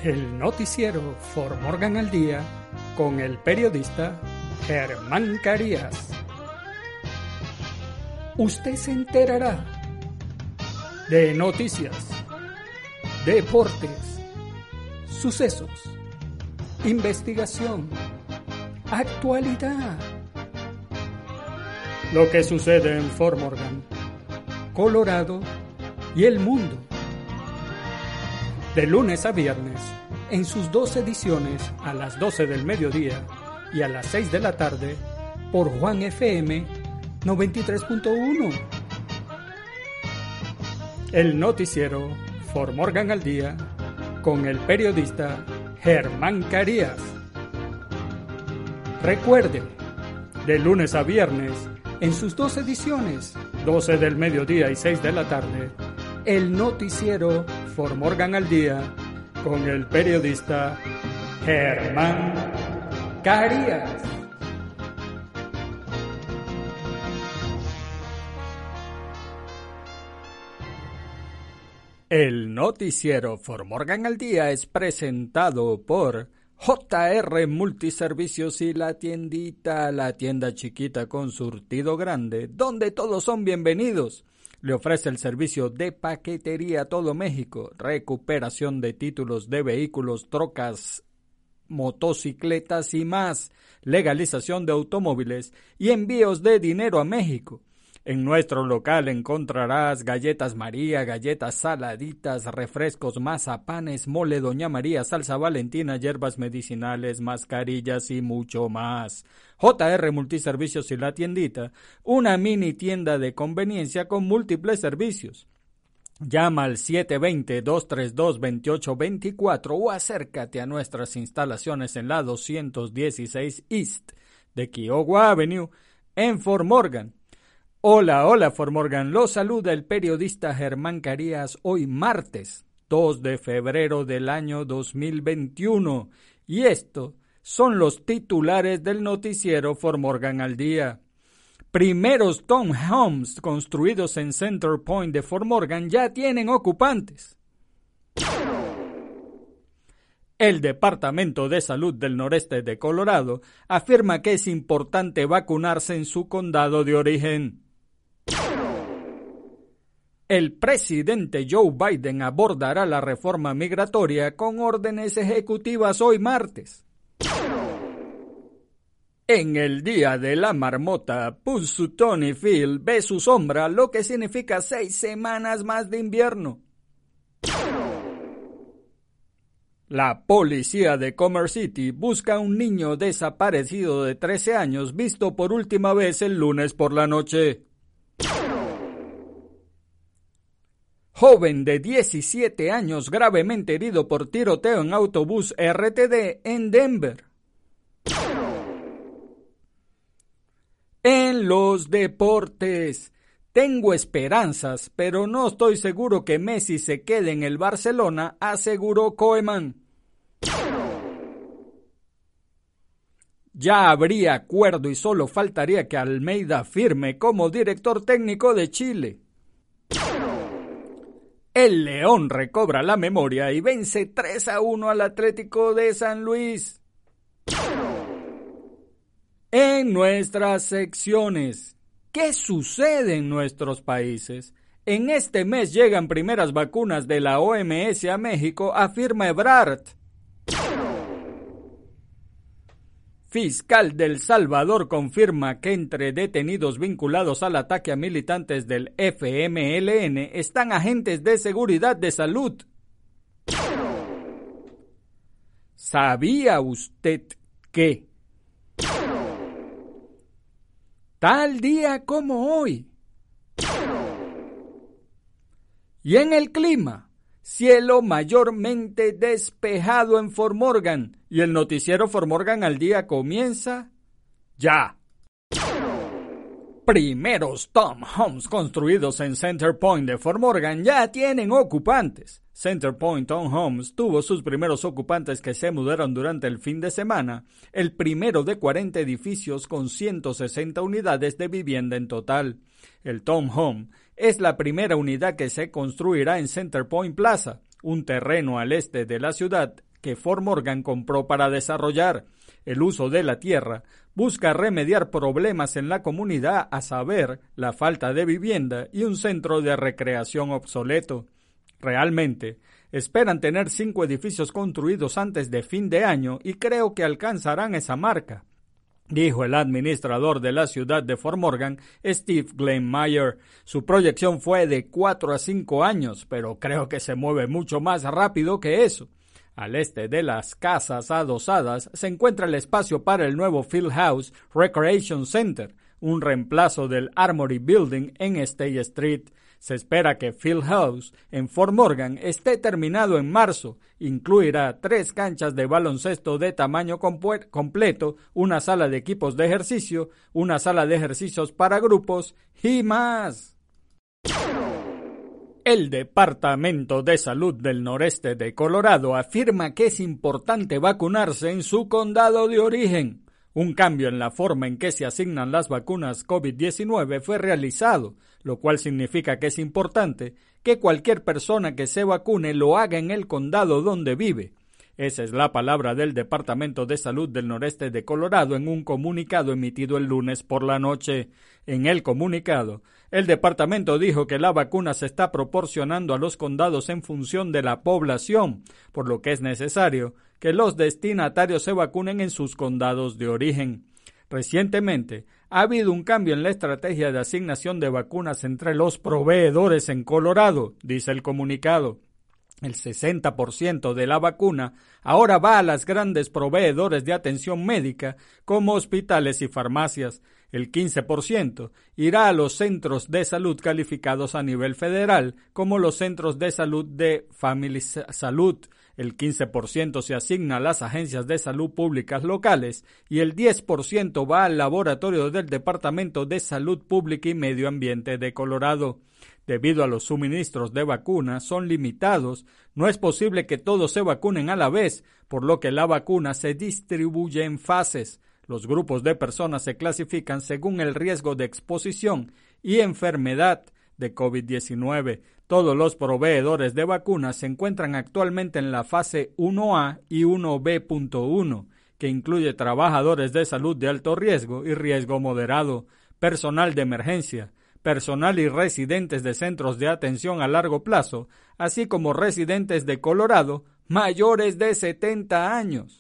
El noticiero For Morgan al Día con el periodista Germán Carías. Usted se enterará de noticias, deportes, sucesos, investigación, actualidad. Lo que sucede en Fort Morgan, Colorado y el mundo. De lunes a viernes, en sus 2 ediciones a las 12 del mediodía y a las 6 de la tarde, por Juan FM 93.1. El noticiero For Morgan al Día con el periodista Germán Carías. Recuerde, de lunes a viernes, en sus 2 ediciones, 12 del mediodía y 6 de la tarde, el noticiero For Morgan al Día con el periodista Germán Carías. El noticiero For Morgan al Día es presentado por JR Multiservicios y La Tiendita, la tienda chiquita con surtido grande, donde todos son bienvenidos. Le ofrece el servicio de paquetería a todo México, recuperación de títulos de vehículos, trocas, motocicletas y más, legalización de automóviles y envíos de dinero a México. En nuestro local encontrarás galletas María, galletas saladitas, refrescos, mazapanes, mole Doña María, salsa Valentina, hierbas medicinales, mascarillas y mucho más. JR Multiservicios y La Tiendita, una mini tienda de conveniencia con múltiples servicios. Llama al 720-232-2824 o acércate a nuestras instalaciones en la 216 East de Kiowa Avenue en Fort Morgan. Hola Fort Morgan, los saluda el periodista Germán Carías hoy martes 2 de febrero del año 2021 y estos son los titulares del noticiero For Morgan al Día. Primeros townhomes construidos en Center Point de Fort Morgan ya tienen ocupantes. El Departamento de Salud del Noreste de Colorado afirma que es importante vacunarse en su condado de origen. El presidente Joe Biden abordará la reforma migratoria con órdenes ejecutivas hoy martes. En el Día de la Marmota, Punxsutawney Phil ve su sombra, lo que significa 6 semanas más de invierno. La policía de Commerce City busca a un niño desaparecido de 13 años visto por última vez el lunes por la noche. Joven de 17 años gravemente herido por tiroteo en autobús RTD en Denver. En los deportes, tengo esperanzas, pero no estoy seguro que Messi se quede en el Barcelona, aseguró Koeman. Ya habría acuerdo y solo faltaría que Almeida firme como director técnico de Chile. El León recobra la memoria y vence 3-1 al Atlético de San Luis. En nuestras secciones, ¿qué sucede en nuestros países? En este mes llegan primeras vacunas de la OMS a México, afirma Ebrard. Fiscal del Salvador confirma que entre detenidos vinculados al ataque a militantes del FMLN están agentes de seguridad de salud. ¿Sabía usted que tal día como hoy? Y en el clima, cielo mayormente despejado en Fort Morgan y el noticiero For Morgan al Día comienza ya. Primeros townhomes construidos en Center Point de Fort Morgan ya tienen ocupantes. Center Point Townhomes tuvo sus primeros ocupantes que se mudaron durante el fin de semana, el primero de 40 edificios con 160 unidades de vivienda en total. El townhome es la primera unidad que se construirá en Center Point Plaza, un terreno al este de la ciudad que Ford Morgan compró para desarrollar. El uso de la tierra busca remediar problemas en la comunidad, a saber, la falta de vivienda y un centro de recreación obsoleto. Realmente, esperan tener 5 edificios construidos antes de fin de año y creo que alcanzarán esa marca, dijo el administrador de la ciudad de Fort Morgan, Steve Glenmayer. Su proyección fue de 4 a 5 años, pero creo que se mueve mucho más rápido que eso. Al este de las casas adosadas se encuentra el espacio para el nuevo Fieldhouse Recreation Center, un reemplazo del Armory Building en State Street. Se espera que Fieldhouse en Fort Morgan esté terminado en marzo. Incluirá 3 canchas de baloncesto de tamaño completo, una sala de equipos de ejercicio, una sala de ejercicios para grupos y más. El Departamento de Salud del Noreste de Colorado afirma que es importante vacunarse en su condado de origen. Un cambio en la forma en que se asignan las vacunas COVID-19 fue realizado, lo cual significa que es importante que cualquier persona que se vacune lo haga en el condado donde vive. Esa es la palabra del Departamento de Salud del Noreste de Colorado en un comunicado emitido el lunes por la noche. En el comunicado, el departamento dijo que la vacuna se está proporcionando a los condados en función de la población, por lo que es necesario que los destinatarios se vacunen en sus condados de origen. Recientemente, ha habido un cambio en la estrategia de asignación de vacunas entre los proveedores en Colorado, dice el comunicado. El 60% de la vacuna ahora va a los grandes proveedores de atención médica como hospitales y farmacias. El 15% irá a los centros de salud calificados a nivel federal como los centros de salud de Family Salud. El 15% se asigna a las agencias de salud públicas locales y el 10% va al laboratorio del Departamento de Salud Pública y Medio Ambiente de Colorado. Debido a los suministros de vacunas son limitados, no es posible que todos se vacunen a la vez, por lo que la vacuna se distribuye en fases. Los grupos de personas se clasifican según el riesgo de exposición y enfermedad de COVID-19. Todos los proveedores de vacunas se encuentran actualmente en la fase 1A y 1B.1, que incluye trabajadores de salud de alto riesgo y riesgo moderado, personal de emergencia, personal y residentes de centros de atención a largo plazo, así como residentes de Colorado mayores de 70 años.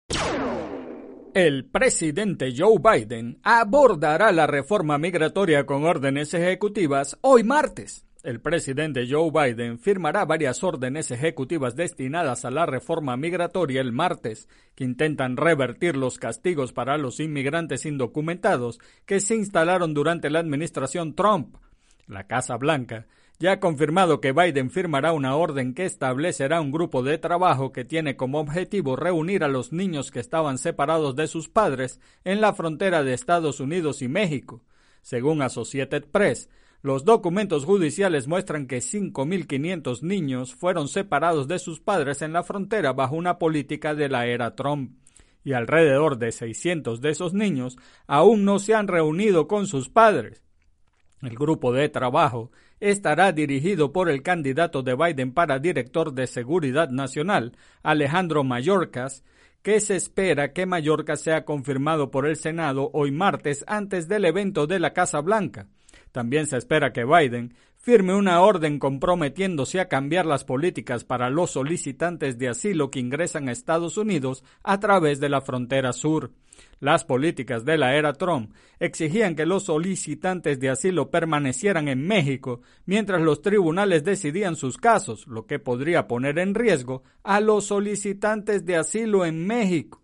El presidente Joe Biden abordará la reforma migratoria con órdenes ejecutivas hoy martes. El presidente Joe Biden firmará varias órdenes ejecutivas destinadas a la reforma migratoria el martes, que intentan revertir los castigos para los inmigrantes indocumentados que se instalaron durante la administración Trump. La Casa Blanca ya ha confirmado que Biden firmará una orden que establecerá un grupo de trabajo que tiene como objetivo reunir a los niños que estaban separados de sus padres en la frontera de Estados Unidos y México. Según Associated Press, los documentos judiciales muestran que 5.500 niños fueron separados de sus padres en la frontera bajo una política de la era Trump, y alrededor de 600 de esos niños aún no se han reunido con sus padres. El grupo de trabajo estará dirigido por el candidato de Biden para director de Seguridad Nacional, Alejandro Mayorkas, que se espera que Mayorkas sea confirmado por el Senado hoy martes antes del evento de la Casa Blanca. También se espera que Biden firme una orden comprometiéndose a cambiar las políticas para los solicitantes de asilo que ingresan a Estados Unidos a través de la frontera sur. Las políticas de la era Trump exigían que los solicitantes de asilo permanecieran en México mientras los tribunales decidían sus casos, lo que podría poner en riesgo a los solicitantes de asilo en México.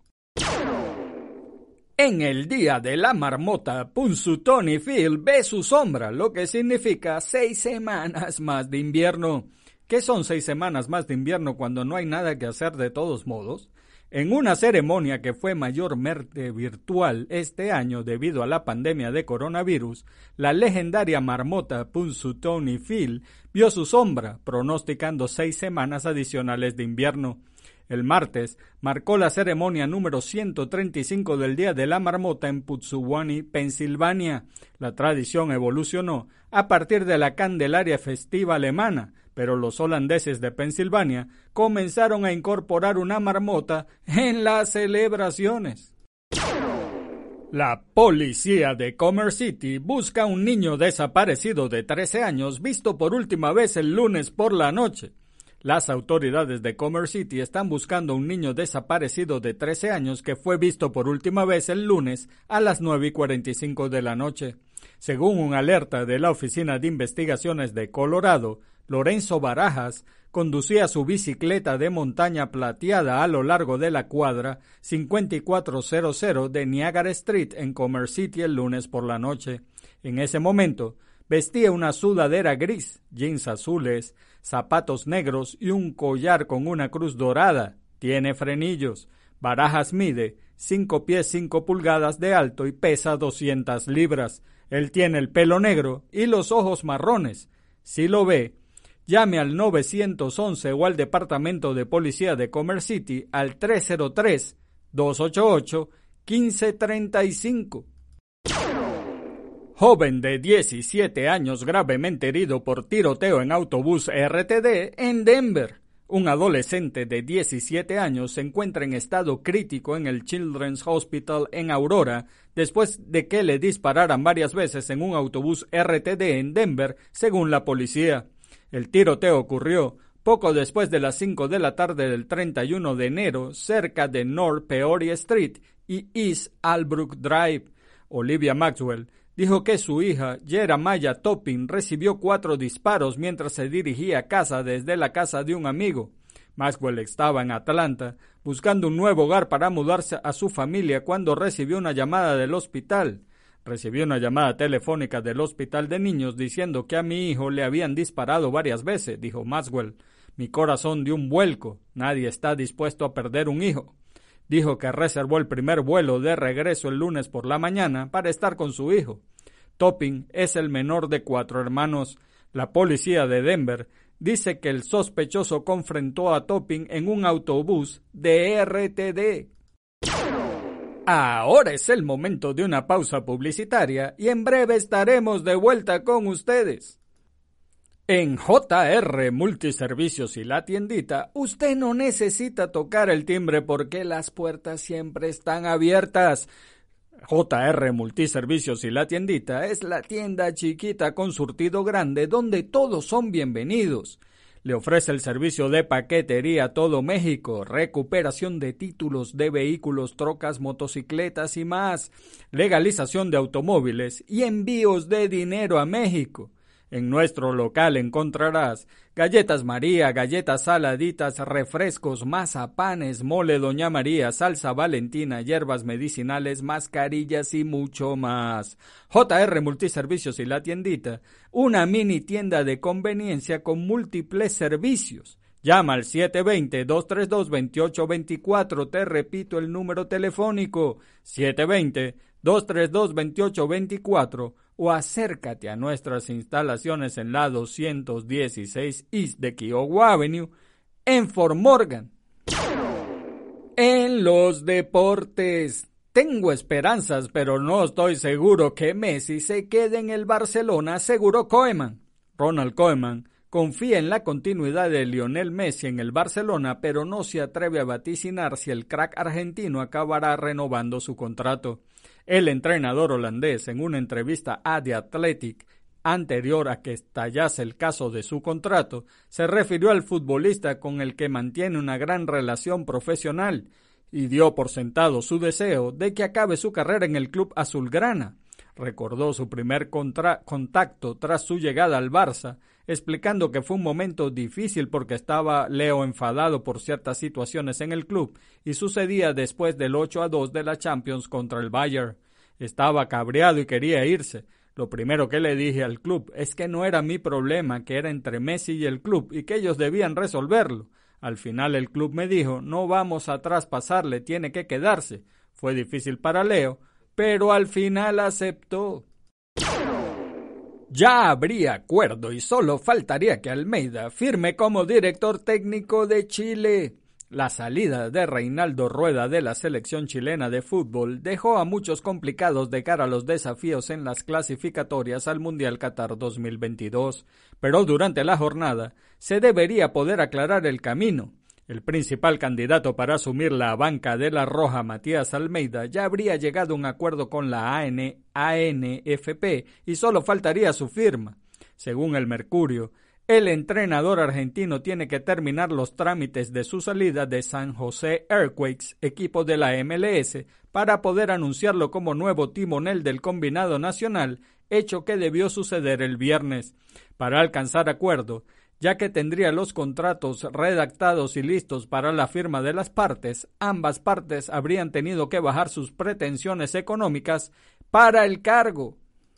En el día de la marmota, Punxsutawney Phil ve su sombra, lo que significa 6 semanas más de invierno. ¿Qué son 6 semanas más de invierno cuando no hay nada que hacer de todos modos? En una ceremonia que fue mayormente virtual este año debido a la pandemia de coronavirus, la legendaria marmota Punxsutawney Phil vio su sombra, pronosticando 6 semanas adicionales de invierno. El martes marcó la ceremonia número 135 del Día de la Marmota en Punxsutawney, Pensilvania. La tradición evolucionó a partir de la Candelaria festiva alemana, pero los holandeses de Pensilvania comenzaron a incorporar una marmota en las celebraciones. La policía de Commerce City busca a un niño desaparecido de 13 años visto por última vez el lunes por la noche. Las autoridades de Commerce City están buscando a un niño desaparecido de 13 años que fue visto por última vez el lunes a las 9:45 de la noche. Según un alerta de la Oficina de Investigaciones de Colorado, Lorenzo Barajas conducía su bicicleta de montaña plateada a lo largo de la cuadra 5400 de Niagara Street en Commerce City el lunes por la noche. En ese momento, vestía una sudadera gris, jeans azules, zapatos negros y un collar con una cruz dorada. Tiene frenillos. Barajas mide 5 pies 5 pulgadas de alto y pesa 200 libras. Él tiene el pelo negro y los ojos marrones. Si lo ve, llame al 911 o al Departamento de Policía de Commerce City al 303-288-1535. Joven de 17 años gravemente herido por tiroteo en autobús RTD en Denver. Un adolescente de 17 años se encuentra en estado crítico en el Children's Hospital en Aurora después de que le dispararan varias veces en un autobús RTD en Denver, según la policía. El tiroteo ocurrió poco después de las 5 de la tarde del 31 de enero cerca de North Peoria Street y East Albrook Drive. Olivia Maxwell dijo que su hija, Jeremiah Topping, recibió 4 disparos mientras se dirigía a casa desde la casa de un amigo. Maxwell estaba en Atlanta buscando un nuevo hogar para mudarse a su familia cuando recibió una llamada del hospital. Recibió una llamada telefónica del hospital de niños diciendo que a mi hijo le habían disparado varias veces, dijo Maxwell. Mi corazón dio un vuelco. Nadie está dispuesto a perder un hijo. Dijo que reservó el primer vuelo de regreso el lunes por la mañana para estar con su hijo. Topping es el menor de 4 hermanos. La policía de Denver dice que el sospechoso confrontó a Topping en un autobús de RTD. Ahora es el momento de una pausa publicitaria y en breve estaremos de vuelta con ustedes. En JR Multiservicios y La Tiendita, usted no necesita tocar el timbre porque las puertas siempre están abiertas. JR Multiservicios y La Tiendita es la tienda chiquita con surtido grande donde todos son bienvenidos. Le ofrece el servicio de paquetería a todo México, recuperación de títulos de vehículos, trocas, motocicletas y más, legalización de automóviles y envíos de dinero a México. En nuestro local encontrarás galletas María, galletas saladitas, refrescos, mazapanes, mole Doña María, salsa Valentina, hierbas medicinales, mascarillas y mucho más. JR Multiservicios y La Tiendita, una mini tienda de conveniencia con múltiples servicios. Llama al 720-232-2824, te repito el número telefónico, 720-232-2824, o acércate a nuestras instalaciones en la 216 East de Kiowa Avenue, en Fort Morgan. En los deportes, tengo esperanzas, pero no estoy seguro que Messi se quede en el Barcelona, aseguró Koeman. Ronald Koeman confía en la continuidad de Lionel Messi en el Barcelona, pero no se atreve a vaticinar si el crack argentino acabará renovando su contrato. El entrenador holandés, en una entrevista a The Athletic, anterior a que estallase el caso de su contrato, se refirió al futbolista con el que mantiene una gran relación profesional y dio por sentado su deseo de que acabe su carrera en el club azulgrana. Recordó su primer contacto tras su llegada al Barça, explicando que fue un momento difícil porque estaba Leo enfadado por ciertas situaciones en el club y sucedía después del 8-2 de la Champions contra el Bayern. Estaba cabreado y quería irse. Lo primero que le dije al club es que no era mi problema, que era entre Messi y el club y que ellos debían resolverlo. Al final el club me dijo, no vamos a traspasarle, tiene que quedarse. Fue difícil para Leo, pero al final aceptó. Ya habría acuerdo y solo faltaría que Almeida firme como director técnico de Chile. La salida de Reinaldo Rueda de la selección chilena de fútbol dejó a muchos complicados de cara a los desafíos en las clasificatorias al Mundial Qatar 2022, pero durante la jornada se debería poder aclarar el camino. El principal candidato para asumir la banca de la Roja, Matías Almeida, ya habría llegado a un acuerdo con la ANFP y solo faltaría su firma. Según el Mercurio, el entrenador argentino tiene que terminar los trámites de su salida de San José Earthquakes, equipo de la MLS, para poder anunciarlo como nuevo timonel del combinado nacional, hecho que debió suceder el viernes. Para alcanzar acuerdo, ya que tendría los contratos redactados y listos para la firma de las partes, ambas partes habrían tenido que bajar sus pretensiones económicas para el cargo.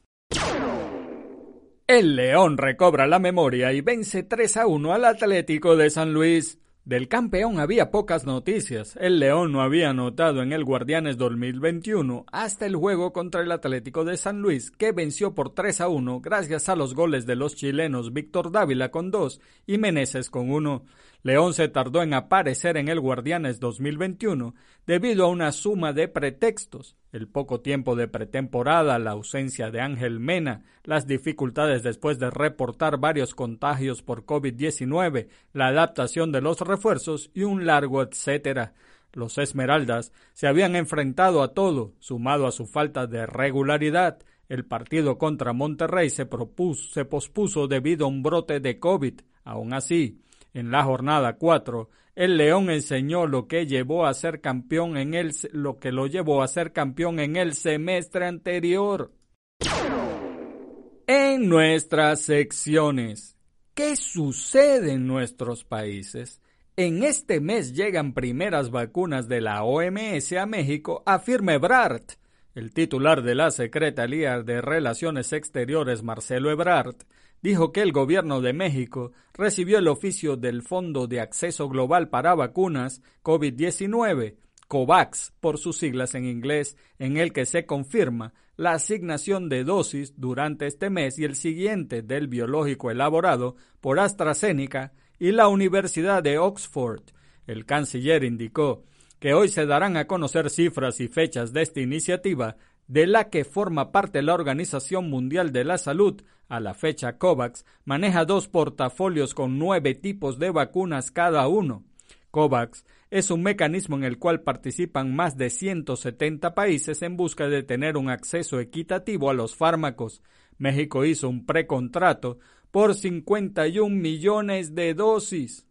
El León recobra la memoria y vence 3-1 al Atlético de San Luis. Del campeón había pocas noticias. El León no había anotado en el Guardianes 2021 hasta el juego contra el Atlético de San Luis, que venció por 3-1 gracias a los goles de los chilenos Víctor Dávila con 2 y Meneses con 1. León se tardó en aparecer en el Guardianes 2021 debido a una suma de pretextos: el poco tiempo de pretemporada, la ausencia de Ángel Mena, las dificultades después de reportar varios contagios por COVID-19, la adaptación de los refuerzos y un largo etcétera. Los Esmeraldas se habían enfrentado a todo, sumado a su falta de regularidad. El partido contra Monterrey se pospuso debido a un brote de COVID. Aún así, en la jornada 4, el León enseñó lo que lo llevó a ser campeón en el semestre anterior. En nuestras secciones, ¿qué sucede en nuestros países? En este mes llegan primeras vacunas de la OMS a México, afirma Ebrard. El titular de la Secretaría de Relaciones Exteriores, Marcelo Ebrard, dijo que el gobierno de México recibió el oficio del Fondo de Acceso Global para Vacunas COVID-19, COVAX por sus siglas en inglés, en el que se confirma la asignación de dosis durante este mes y el siguiente del biológico elaborado por AstraZeneca y la Universidad de Oxford. El canciller indicó que hoy se darán a conocer cifras y fechas de esta iniciativa, de la que forma parte la Organización Mundial de la Salud. A la fecha, COVAX maneja 2 portafolios con 9 tipos de vacunas cada uno. COVAX es un mecanismo en el cual participan más de 170 países en busca de tener un acceso equitativo a los fármacos. México hizo un precontrato por 51 millones de dosis.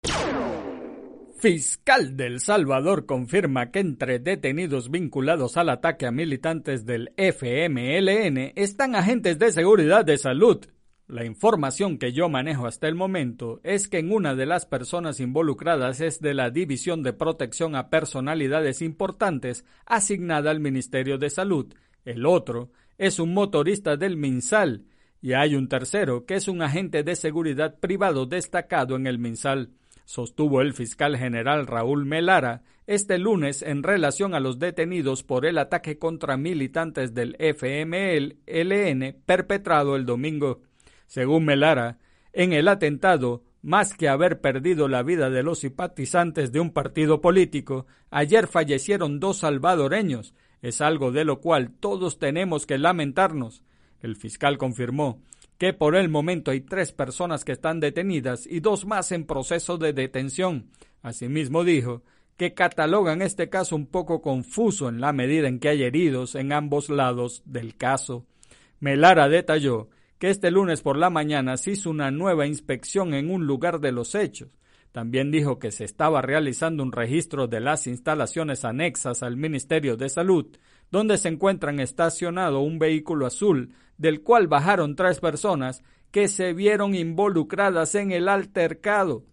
Fiscal de El Salvador confirma que entre detenidos vinculados al ataque a militantes del FMLN están agentes de seguridad de salud. La información que yo manejo hasta el momento es que una de las personas involucradas es de la División de Protección a Personalidades Importantes asignada al Ministerio de Salud. El otro es un motorista del MinSal y hay un tercero que es un agente de seguridad privado destacado en el MinSal. Sostuvo el fiscal general Raúl Melara este lunes en relación a los detenidos por el ataque contra militantes del FMLN perpetrado el domingo. Según Melara, en el atentado, más que haber perdido la vida de los simpatizantes de un partido político, ayer fallecieron 2 salvadoreños. Es algo de lo cual todos tenemos que lamentarnos. El fiscal confirmó que por el momento hay 3 personas que están detenidas y 2 más en proceso de detención. Asimismo dijo que catalogan este caso un poco confuso en la medida en que hay heridos en ambos lados del caso. Melara detalló que este lunes por la mañana se hizo una nueva inspección en un lugar de los hechos. También dijo que se estaba realizando un registro de las instalaciones anexas al Ministerio de Salud, donde se encuentran estacionado un vehículo azul, del cual bajaron 3 personas que se vieron involucradas en el altercado.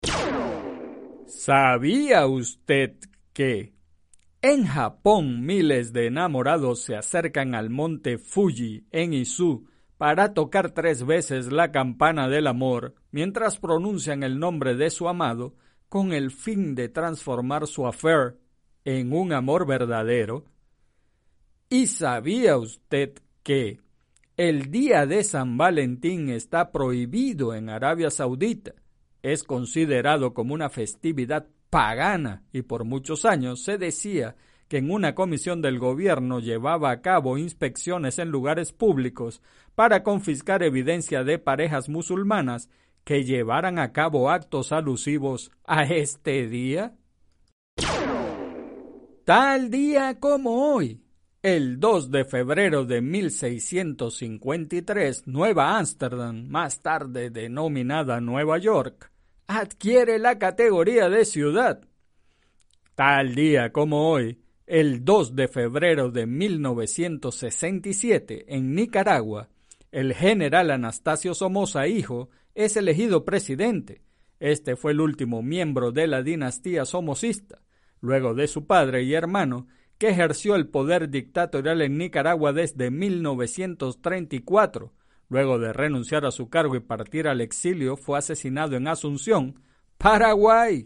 ¿Sabía usted que en Japón miles de enamorados se acercan al monte Fuji en Izu para tocar 3 veces la campana del amor mientras pronuncian el nombre de su amado con el fin de transformar su affair en un amor verdadero? ¿Y sabía usted que el día de San Valentín está prohibido en Arabia Saudita? Es considerado como una festividad pagana, y por muchos años se decía que en una comisión del gobierno llevaba a cabo inspecciones en lugares públicos para confiscar evidencia de parejas musulmanas que llevaran a cabo actos alusivos a este día. Tal día como hoy, el 2 de febrero de 1653, Nueva Ámsterdam, más tarde denominada Nueva York, adquiere la categoría de ciudad. Tal día como hoy, el 2 de febrero de 1967, en Nicaragua, el general Anastasio Somoza Hijo es elegido presidente. Este fue el último miembro de la dinastía somocista, luego de su padre y hermano, que ejerció el poder dictatorial en Nicaragua desde 1934. Luego de renunciar a su cargo y partir al exilio, fue asesinado en Asunción, Paraguay.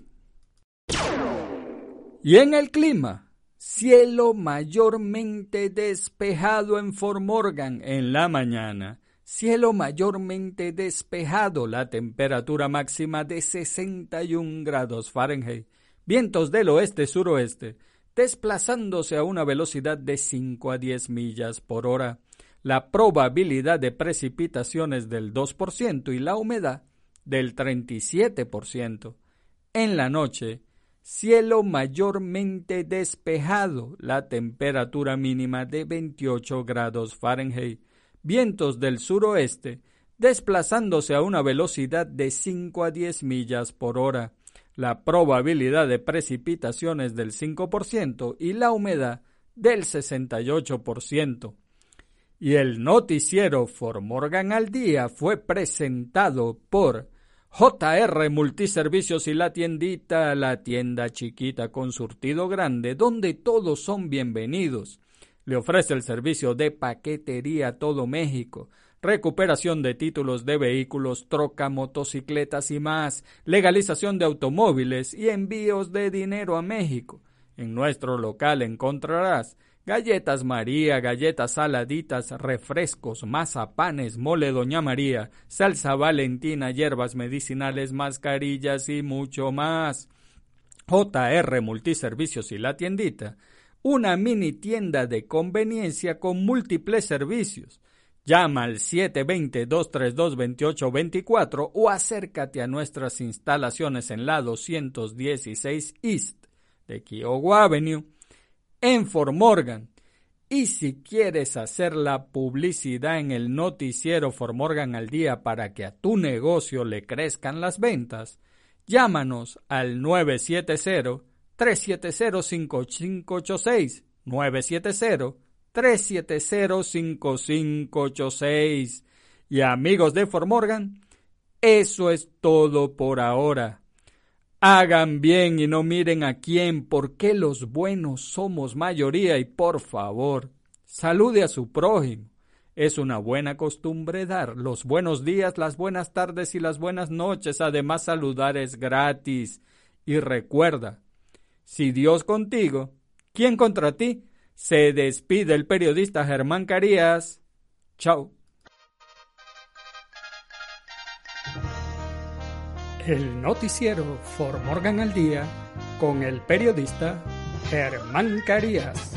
Y en el clima, cielo mayormente despejado en Fort Morgan en la mañana. Cielo mayormente despejado, la temperatura máxima de 61 grados Fahrenheit. Vientos del oeste-suroeste, desplazándose a una velocidad de 5 a 10 millas por hora. La probabilidad de precipitaciones del 2% y la humedad del 37%. En la noche, cielo mayormente despejado, la temperatura mínima de 28 grados Fahrenheit. Vientos del suroeste, desplazándose a una velocidad de 5 a 10 millas por hora. La probabilidad de precipitaciones del 5% y la humedad del 68%. Y el noticiero Fort Morgan al Día fue presentado por JR Multiservicios y la tiendita, la tienda chiquita con surtido grande, donde todos son bienvenidos. Le ofrece el servicio de paquetería a todo México, recuperación de títulos de vehículos, troca, motocicletas y más, legalización de automóviles y envíos de dinero a México. En nuestro local encontrarás galletas María, galletas saladitas, refrescos, mazapanes, mole Doña María, salsa Valentina, hierbas medicinales, mascarillas y mucho más. JR Multiservicios y la tiendita, una mini tienda de conveniencia con múltiples servicios. Llama al 720-232-2824 o acércate a nuestras instalaciones en la 216 East de Kiowa Avenue, en Fort Morgan. Y si quieres hacer la publicidad en el noticiero Fort Morgan al Día para que a tu negocio le crezcan las ventas, llámanos al 970-370-5586, 970-370-5586. Y amigos de Fort Morgan, eso es todo por ahora. Hagan bien y no miren a quién, porque los buenos somos mayoría y por favor, salude a su prójimo. Es una buena costumbre dar los buenos días, las buenas tardes y las buenas noches. Además, saludar es gratis. Y recuerda, si Dios contigo, ¿quién contra ti? Se despide el periodista Germán Carías. Chao. El noticiero Fort Morgan al Día con el periodista Germán Carías.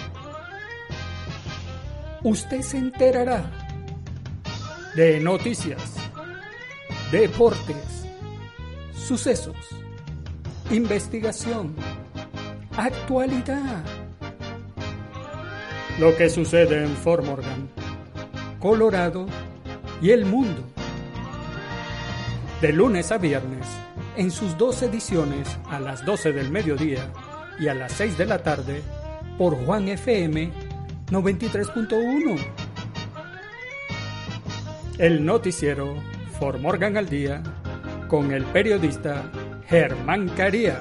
Usted se enterará de noticias, deportes, sucesos, investigación, actualidad. Lo que sucede en Fort Morgan, Colorado y el mundo. De lunes a viernes, en sus 2 ediciones a las 12 del mediodía y a las 6 de la tarde, por Juan FM 93.1. El noticiero Fort Morgan al Día con el periodista Germán Carías.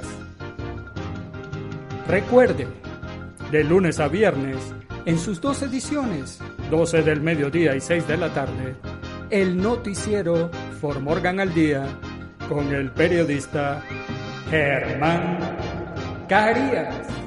Recuerde, de lunes a viernes, en sus 2 ediciones, 12 del mediodía y 6 de la tarde, el noticiero Fort Morgan al Día con el periodista Germán Carías.